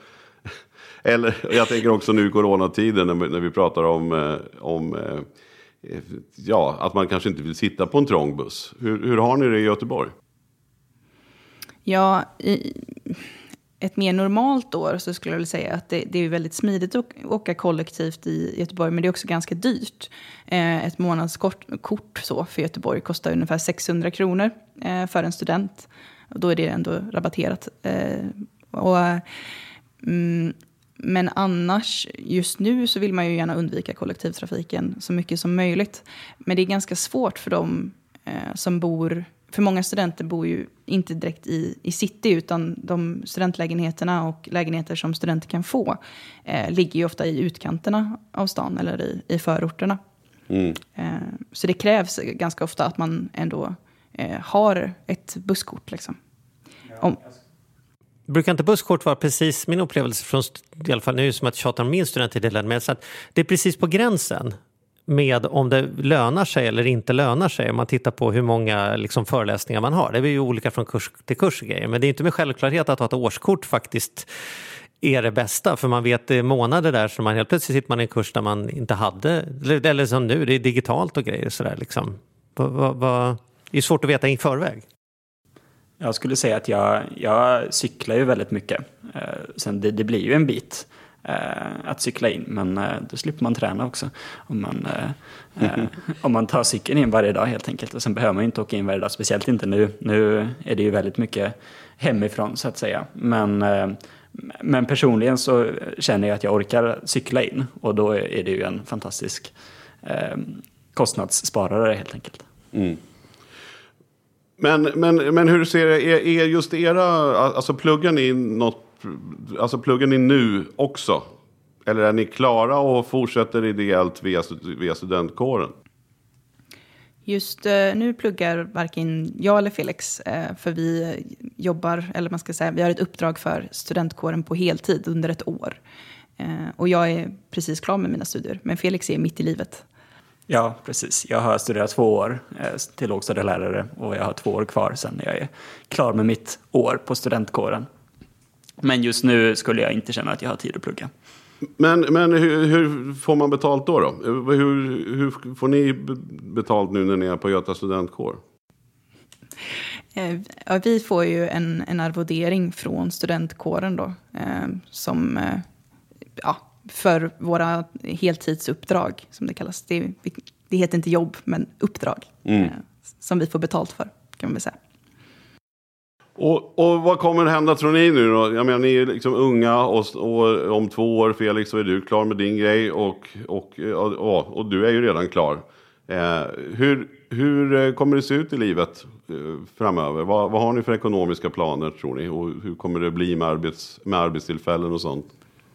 Eller jag tänker också nu i coronatiden när, när vi pratar om, eh, om eh, ja, att man kanske inte vill sitta på en trång buss. Hur, hur har ni det i Göteborg? Ja, i... ett mer normalt år så skulle jag vilja säga att det, det är väldigt smidigt att åka kollektivt i Göteborg, men det är också ganska dyrt. Eh, ett månadskort kort så för Göteborg kostar ungefär sexhundra kronor eh, för en student. Och då är det ändå rabatterat. Eh, och, mm, men annars, just nu så vill man ju gärna undvika kollektivtrafiken så mycket som möjligt. Men det är ganska svårt för dem eh, som bor... För många studenter bor ju inte direkt i, i city utan de studentlägenheterna och lägenheter som studenter kan få eh, ligger ju ofta i utkanterna av stan eller i, i förorterna. Mm. Eh, så det krävs ganska ofta att man ändå eh, har ett busskort. Liksom. Om... Brukar inte busskort vara precis min upplevelse från i alla fall nu som att tjata om min studenttid, men så att det är precis på gränsen med om det lönar sig eller inte lönar sig om man tittar på hur många liksom, föreläsningar man har. Det är ju olika från kurs till kurs grejer, men det är inte med självklarhet att ha ett årskort faktiskt är det bästa, för man vet det månader där som man helt plötsligt sitter man i en kurs där man inte hade, eller, eller som nu, det är digitalt och grejer sådär liksom. Va, va, va, det är svårt att veta i förväg. Jag skulle säga att jag, jag cyklar ju väldigt mycket. Eh, sen det, det blir ju en bit eh, att cykla in, men eh, då slipper man träna också. Om man, eh, eh, om man tar cykeln in varje dag helt enkelt. Och sen behöver man ju inte åka in varje dag, speciellt inte nu. Nu är det ju väldigt mycket hemifrån så att säga. Men, eh, men personligen så känner jag att jag orkar cykla in. Och då är det ju en fantastisk eh, kostnadssparare helt enkelt. Mm. Men, men, men hur ser det, är, är just era, alltså pluggar ni något, alltså pluggar ni nu också? Eller är ni klara och fortsätter ideellt via, via studentkåren? Just eh, nu pluggar varken jag eller Felix, eh, för vi jobbar, eller man ska säga, vi har ett uppdrag för studentkåren på heltid under ett år. Eh, och jag är precis klar med mina studier, men Felix är mitt i livet. Ja, precis. Jag har studerat två år eh, till lågstadielärare och jag har två år kvar sen jag är klar med mitt år på studentkåren. Men just nu skulle jag inte känna att jag har tid att plugga. Men, men hur, hur får man betalt då? då? Hur, hur får ni betalt nu när ni är på Göta studentkår? Ja, vi får ju en, en arvodering från studentkåren då, eh, som, eh, ja, för våra heltidsuppdrag, som det kallas. Det, det heter inte jobb, men uppdrag, mm. eh, som vi får betalt för, kan man väl säga. Och, och vad kommer att hända, tror ni nu då? Jag menar, ni är liksom unga och, och om två år, Felix, så är du klar med din grej och, och, och, och du är ju redan klar. Eh, hur, hur kommer det se ut i livet eh, framöver? Vad, vad har ni för ekonomiska planer, tror ni? Och hur kommer det bli med, arbets, med arbetstillfällen och sånt?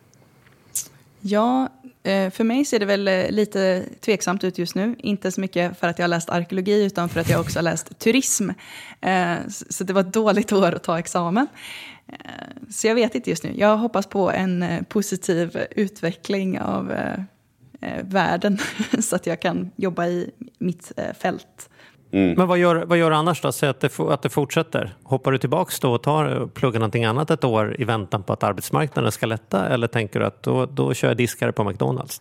Ja, för mig ser det väl lite tveksamt ut just nu. Inte så mycket för att jag har läst arkeologi, utan för att jag också har läst turism. Så det var ett dåligt år att ta examen. Så jag vet inte just nu. Jag hoppas på en positiv utveckling av världen så att jag kan jobba i mitt fält. Mm. Men vad gör, vad gör du annars då? Säg att det, att det fortsätter. Hoppar du tillbaka då och tar, pluggar någonting annat ett år i väntan på att arbetsmarknaden ska lätta? Eller tänker du att då, då kör jag diskare på McDonalds?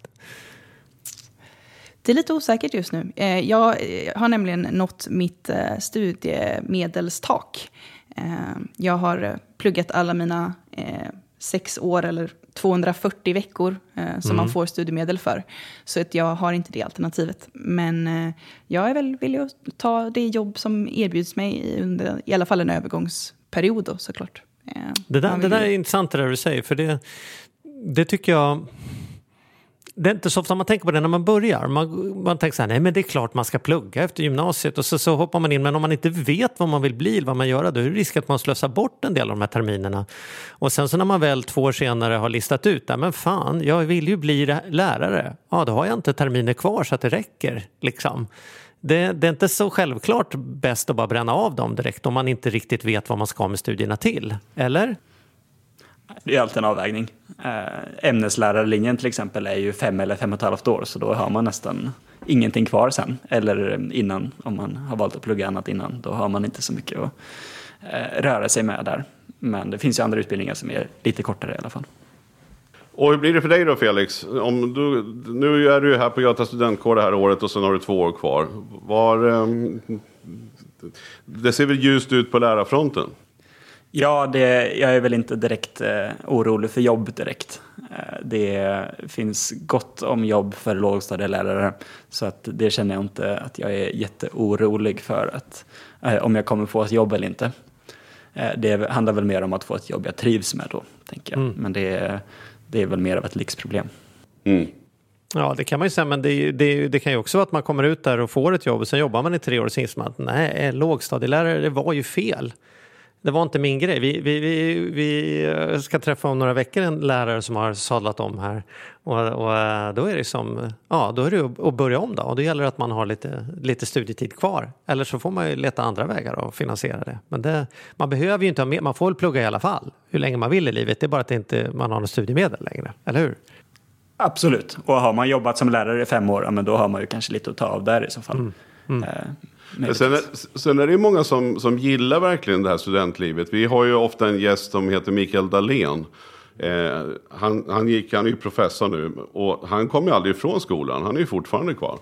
Det är lite osäkert just nu. Jag har nämligen nått mitt studiemedelstak. Jag har pluggat alla mina sex år eller tvåhundrafyrtio veckor eh, som mm. man får studiemedel för. Så att jag har inte det alternativet. Men eh, jag är väl villig att ta det jobb som erbjuds mig under i alla fall en övergångsperiod då, såklart. Eh, det, där, det där är intressant det där du säger, för det, det tycker jag... Det är inte så ofta man tänker på det när man börjar. Man, man tänker så här, nej men det är klart man ska plugga efter gymnasiet och så, så hoppar man in. Men om man inte vet vad man vill bli eller vad man gör, då är det risk att man slösar bort en del av de här terminerna. Och sen så när man väl två år senare har listat ut det, men fan, jag vill ju bli lärare. Ja, då har jag inte terminer kvar så att det räcker liksom. Det, det är inte så självklart bäst att bara bränna av dem direkt om man inte riktigt vet vad man ska med studierna till, eller? Det är alltid en avvägning. Ämneslärarlinjen till exempel är ju fem eller fem och ett halvt år, så då har man nästan ingenting kvar sen. Eller innan, om man har valt att plugga annat innan, då har man inte så mycket att röra sig med där. Men det finns ju andra utbildningar som är lite kortare i alla fall. Och hur blir det för dig då, Felix? Om du, nu är du här på Göta studentkår det här året och sen har du två år kvar. Var, um, det ser väl ljust ut på lärarfronten? Ja, det, jag är väl inte direkt eh, orolig för jobb direkt. Eh, det finns gott om jobb för lågstadielärare, så att det känner jag inte att jag är jätteorolig för att, eh, om jag kommer få ett jobb eller inte. Eh, det handlar väl mer om att få ett jobb jag trivs med då, tänker jag. Mm. Men det, det är väl mer av ett lyxproblem. Mm. Ja, det kan man ju säga, men det, det, det kan ju också vara att man kommer ut där och får ett jobb och sen jobbar man i tre år och så inser man att nej, lågstadielärare, det var ju fel. Det var inte min grej. Vi, vi, vi, vi ska träffa om några veckor en lärare som har sadlat om här. Och, och då är det som, ja, då är det att börja om då. Och då gäller det att man har lite, lite studietid kvar. Eller så får man ju leta andra vägar och finansiera det. Men det, man behöver ju inte ha med, man får väl plugga i alla fall. Hur länge man vill i livet. Det är bara att det inte, man har något studiemedel längre. Eller hur? Absolut. Och har man jobbat som lärare i fem år, men då har man ju kanske lite att ta av där i så fall. Mm. Mm. Eh, Sen är, sen är det många som, som gillar verkligen det här studentlivet. Vi har ju ofta en gäst som heter Mikael Dahlén. Eh, han, han, gick, han är ju professor nu och han kommer ju aldrig ifrån skolan. Han är ju fortfarande kvar.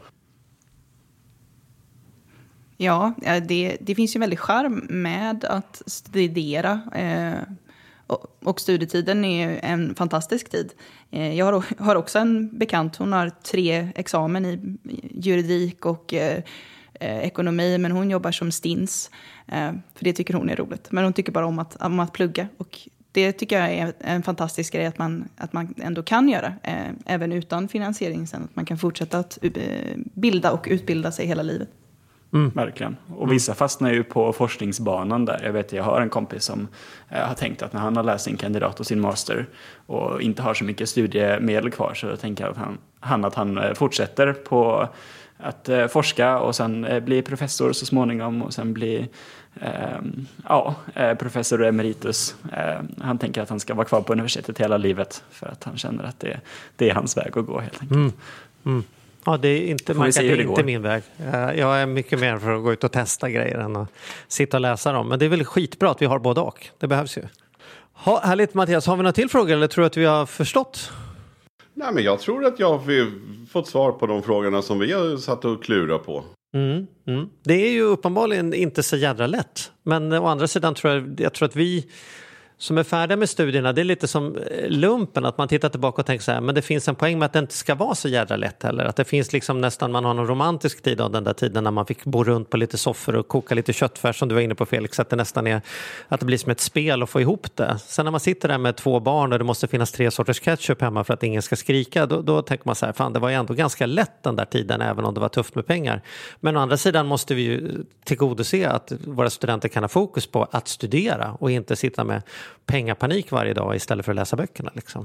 Ja, det, det finns ju väldigt charm med att studera. Eh, och, och studietiden är en fantastisk tid. Eh, jag har, har också en bekant, hon har tre examen i juridik och eh, ekonomi, men hon jobbar som stins, eh, för det tycker hon är roligt. Men hon tycker bara om att, om att plugga, och det tycker jag är en fantastisk grej att man, att man ändå kan göra, eh, även utan finansiering sen, att man kan fortsätta att uh, bilda och utbilda sig hela livet. Mm. Verkligen. Och vissa fastnar ju på forskningsbanan där. Jag vet, jag har en kompis som eh, har tänkt att när han har läst sin kandidat och sin master och inte har så mycket studiemedel kvar, så tänker att han, han att han eh, fortsätter på att eh, forska och sen eh, bli professor så småningom och sen bli eh, ja, eh, professor emeritus. Eh, han tänker att han ska vara kvar på universitetet hela livet för att han känner att det, det är hans väg att gå helt enkelt. Mm. Mm. Ja, det är inte, man, det är inte går. min väg. Jag är mycket mer för att gå ut och testa grejer än att sitta och läsa dem. Men det är väl skitbra att vi har både och. Det behövs ju. Ha, härligt Mattias, har vi några till frågor eller tror du att vi har förstått? Nej, men jag tror att jag har fått svar på de frågorna som vi har satt och klura på. Mm, mm. Det är ju uppenbarligen inte så jädra lätt. Men å andra sidan tror jag, jag tror att vi som är färdiga med studierna, det är lite som lumpen, att man tittar tillbaka och tänker så här, men det finns en poäng med att det inte ska vara så jädra lätt heller. Att det finns liksom nästan, man har en romantisk tid av den där tiden när man fick bo runt på lite soffor och koka lite köttfärs som du var inne på Felix, att det nästan är att det blir som ett spel att få ihop det. Sen när man sitter där med två barn och det måste finnas tre sorters ketchup hemma för att ingen ska skrika, då, då tänker man så här, fan det var ju ändå ganska lätt den där tiden även om det var tufft med pengar. Men å andra sidan måste vi ju tillgodose att våra studenter kan ha fokus på att studera och inte sitta med pengapanik varje dag istället för att läsa böckerna. Liksom.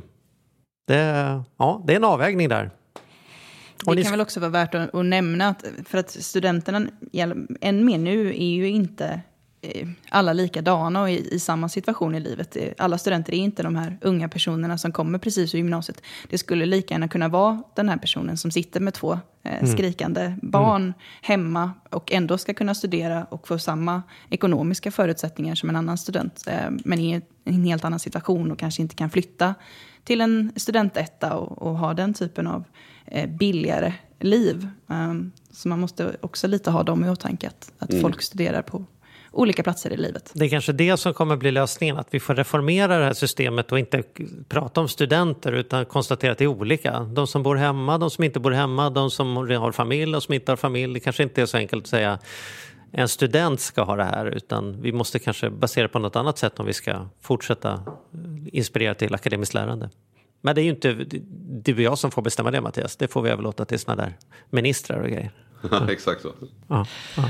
Det, ja, det är en avvägning där. Och det kan väl också vara värt att, att nämna att för att studenterna än mer nu är ju inte alla likadana och i, i samma situation i livet. Alla studenter är inte de här unga personerna som kommer precis ur gymnasiet. Det skulle lika gärna kunna vara den här personen som sitter med två eh, skrikande mm. barn mm. hemma och ändå ska kunna studera och få samma ekonomiska förutsättningar som en annan student. Eh, men i en helt annan situation och kanske inte kan flytta till en studentetta och, och ha den typen av eh, billigare liv. Um, så man måste också lite ha dem i åtanke att, att mm. folk studerar på olika platser i livet. Det är kanske det som kommer bli lösningen, att vi får reformera det här systemet och inte prata om studenter utan konstatera att det är olika. De som bor hemma, de som inte bor hemma, de som har familj och som inte har familj. Det kanske inte är så enkelt att säga en student ska ha det här, utan vi måste kanske basera på något annat sätt om vi ska fortsätta inspirera till akademiskt lärande. Men det är ju inte du och jag som får bestämma det, Mattias. Det får vi överlåta till såna där ministrar och grejer. Ja, exakt så. Ja, ja.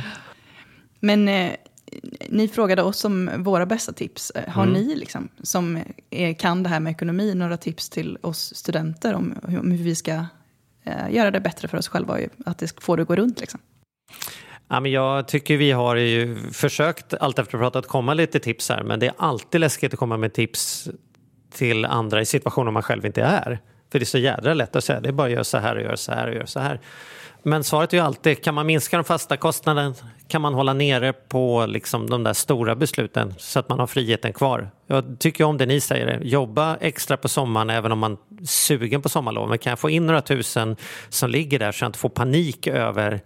Men eh, ni frågade oss om våra bästa tips. Har mm. ni liksom, som är, kan det här med ekonomi, några tips till oss studenter om hur, om hur vi ska eh, göra det bättre för oss själva och att det får det gå runt liksom? Ja, men jag tycker vi har ju försökt allt efter pratat komma lite tips här, men det är alltid läskigt att komma med tips till andra i situationer man själv inte är. För det är så jädra lätt att säga, det är bara att göra så här och göra så här och göra så här. Men svaret är ju alltid, kan man minska de fasta kostnaderna, kan man hålla nere på liksom de där stora besluten så att man har friheten kvar. Jag tycker om det ni säger, jobba extra på sommaren även om man är sugen på sommarlov. Men kan jag få in några tusen som ligger där så jag inte får panik över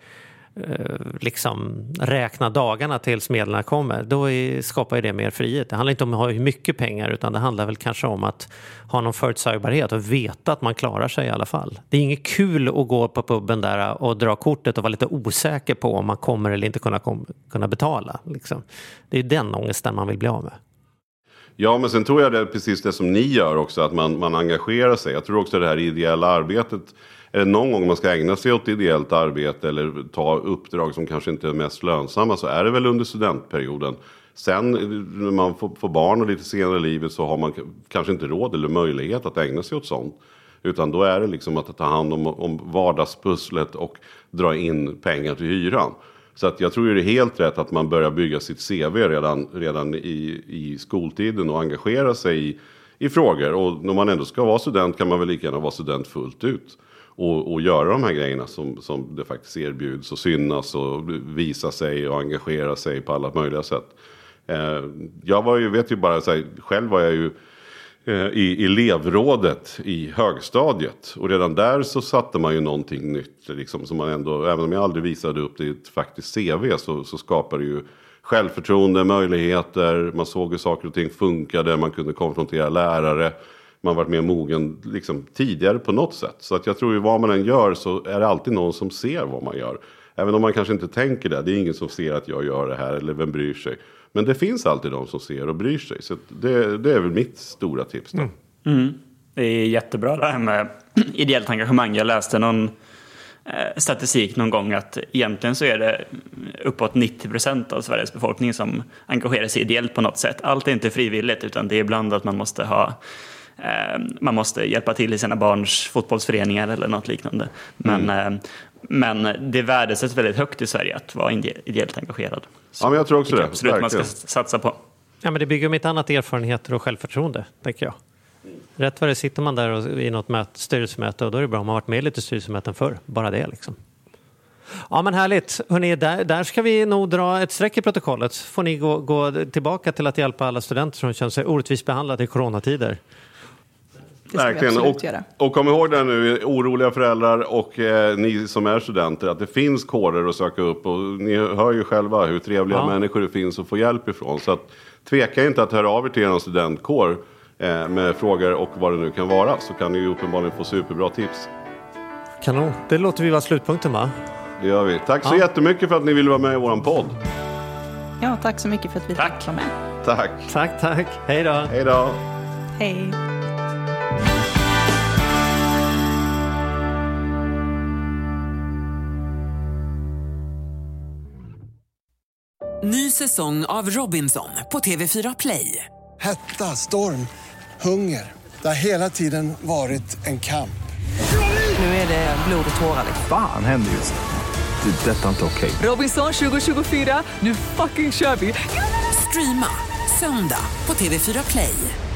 liksom räkna dagarna tills medlen kommer, då är, skapar ju det mer frihet. Det handlar inte om att ha hur mycket pengar, utan det handlar väl kanske om att ha någon förutsägbarhet och veta att man klarar sig i alla fall. Det är inget kul att gå på puben där och dra kortet och vara lite osäker på om man kommer eller inte kunna, kom, kunna betala. Liksom. Det är den ångesten man vill bli av med. Ja, men sen tror jag det är precis det som ni gör också, att man, man engagerar sig. Jag tror också det här ideella arbetet, är det någon gång man ska ägna sig åt ideellt arbete eller ta uppdrag som kanske inte är mest lönsamma, så är det väl under studentperioden. Sen när man får, får barn och lite senare i livet så har man kanske inte råd eller möjlighet att ägna sig åt sånt. Utan då är det liksom att ta hand om, om vardagspusslet och dra in pengar till hyran. Så att jag tror ju det är helt rätt att man börjar bygga sitt C V redan, redan i, i skoltiden och engagera sig i, i frågor. Och när man ändå ska vara student kan man väl lika gärna vara student fullt ut. Och, och göra de här grejerna som, som det faktiskt erbjuds och synas och visa sig och engagera sig på alla möjliga sätt. Eh, jag var ju, vet ju bara så här, själv var jag ju eh, i elevrådet i högstadiet. Och redan där så satte man ju någonting nytt. Liksom, som man ändå, även om jag aldrig visade upp det i ett faktiskt C V så, så skapade det ju självförtroende, möjligheter. Man såg hur saker och ting funkade, man kunde konfrontera lärare. Man varit mer mogen liksom, tidigare på något sätt. Så att jag tror ju vad man än gör så är det alltid någon som ser vad man gör. Även om man kanske inte tänker det. Det är ingen som ser att jag gör det här eller vem bryr sig. Men det finns alltid de som ser och bryr sig. Så det, det är väl mitt stora tips då. Mm. Mm. Det är jättebra det här med ideellt engagemang. Jag läste någon statistik någon gång att egentligen så är det uppåt nittio procent av Sveriges befolkning som engagerar sig ideellt på något sätt. Allt är inte frivilligt, utan det är ibland att man måste ha man måste hjälpa till i sina barns fotbollsföreningar eller något liknande. Men, mm. men det värdesätts väldigt högt i Sverige att vara ideellt engagerad. Så ja, men jag tror också det. Absolut, verkligen. Man ska satsa på. Ja, men det bygger om ett annat erfarenheter och självförtroende, tänker jag. Rätt vad det sitter man där och, i något möte, styrelsemöte, och då är det bra om man har varit med i lite styrelsemöten förr. Bara det liksom. Ja, men härligt. Hörrni, där, där ska vi nog dra ett streck i protokollet. Får ni gå, gå tillbaka till att hjälpa alla studenter som känner sig orättvist behandlade i coronatider. Verkligen. Och, och kom ihåg det nu, oroliga föräldrar och eh, ni som är studenter, att det finns kårer att söka upp, och ni hör ju själva hur trevliga ja. människor det finns att få hjälp ifrån. Så att, tveka inte att höra av er till en studentkår eh, med frågor och vad det nu kan vara, så kan ni ju uppenbarligen få superbra tips. Kanon. Det låter vi vara slutpunkten, va? Det gör vi. Tack så ja. jättemycket för att ni ville vara med i våran podd. Ja, tack så mycket för att vi tack. fick vara med. Tack. Tack, tack. Hej då. Hej då. Hej. Ny säsong av Robinson på T V fyra Play. Hetta, storm, hunger. Det har hela tiden varit en kamp. Nu är det blod och tårar. Fan händer just det. Det är detta inte okej. Robinson tjugo tjugofyra, nu fucking kör vi. Streama söndag på T V fyra Play.